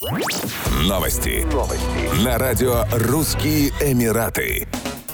Новости. На радио «Русские Эмираты».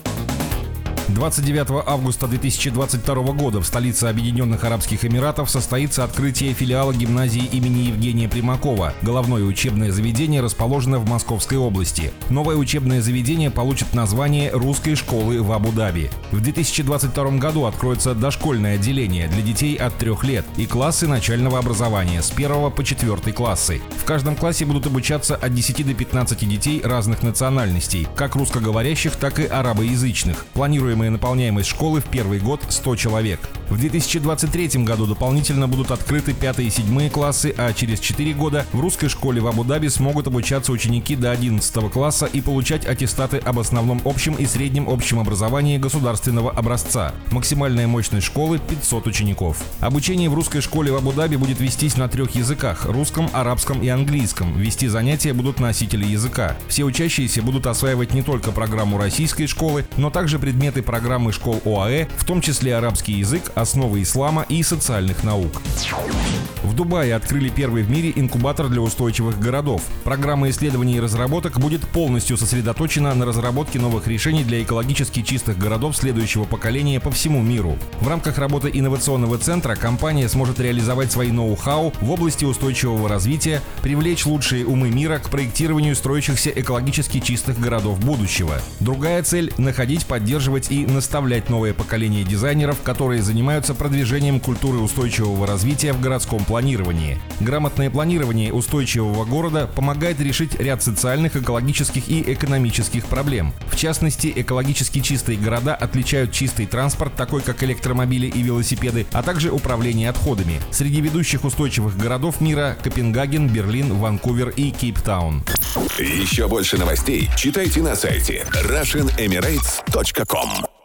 29 августа 2022 года в столице Объединенных Арабских Эмиратов состоится открытие филиала гимназии имени Евгения Примакова. Головное учебное заведение расположено в Московской области. Новое учебное заведение получит название Русской школы в Абу-Даби. В 2022 году откроется дошкольное отделение для детей от 3 лет и классы начального образования с 1 по 4 классы. В каждом классе будут обучаться от 10 до 15 детей разных национальностей, как русскоговорящих, так и арабоязычных. Планируемая наполняемость школы в первый год 100 человек. В 2023 году дополнительно будут открыты 5 и 7 классы, а через 4 года в русской школе в Абу-Даби смогут обучаться ученики до 11 класса и получать аттестаты об основном общем и среднем общем образовании государственного образца. Максимальная мощность школы – 500 учеников. Обучение в русской школе в Абу-Даби будет вестись на 3 языках – русском, арабском и английском. Вести занятия будут носители языка. Все учащиеся будут осваивать не только программу российской школы, но также предметы программы школ ОАЭ, в том числе арабский язык, основы ислама и социальных наук. В Дубае открыли первый в мире инкубатор для устойчивых городов. Программа исследований и разработок будет полностью сосредоточена на разработке новых решений для экологически чистых городов следующего поколения по всему миру. В рамках работы инновационного центра компания сможет реализовать свои ноу-хау в области устойчивого развития, привлечь лучшие умы мира к проектированию строящихся экологически чистых городов будущего. Другая цель – находить, поддерживать и наставлять новое поколение дизайнеров, которые занимаются продвижением культуры устойчивого развития в городском планировании. Грамотное планирование устойчивого города помогает решить ряд социальных, экологических и экономических проблем. В частности, экологически чистые города отличают чистый транспорт, такой как электромобили и велосипеды, а также управление отходами. Среди ведущих устойчивых городов мира – Копенгаген, Берлин, Ванкувер и Кейптаун. Еще больше новостей читайте на сайте RussianEmirates.com.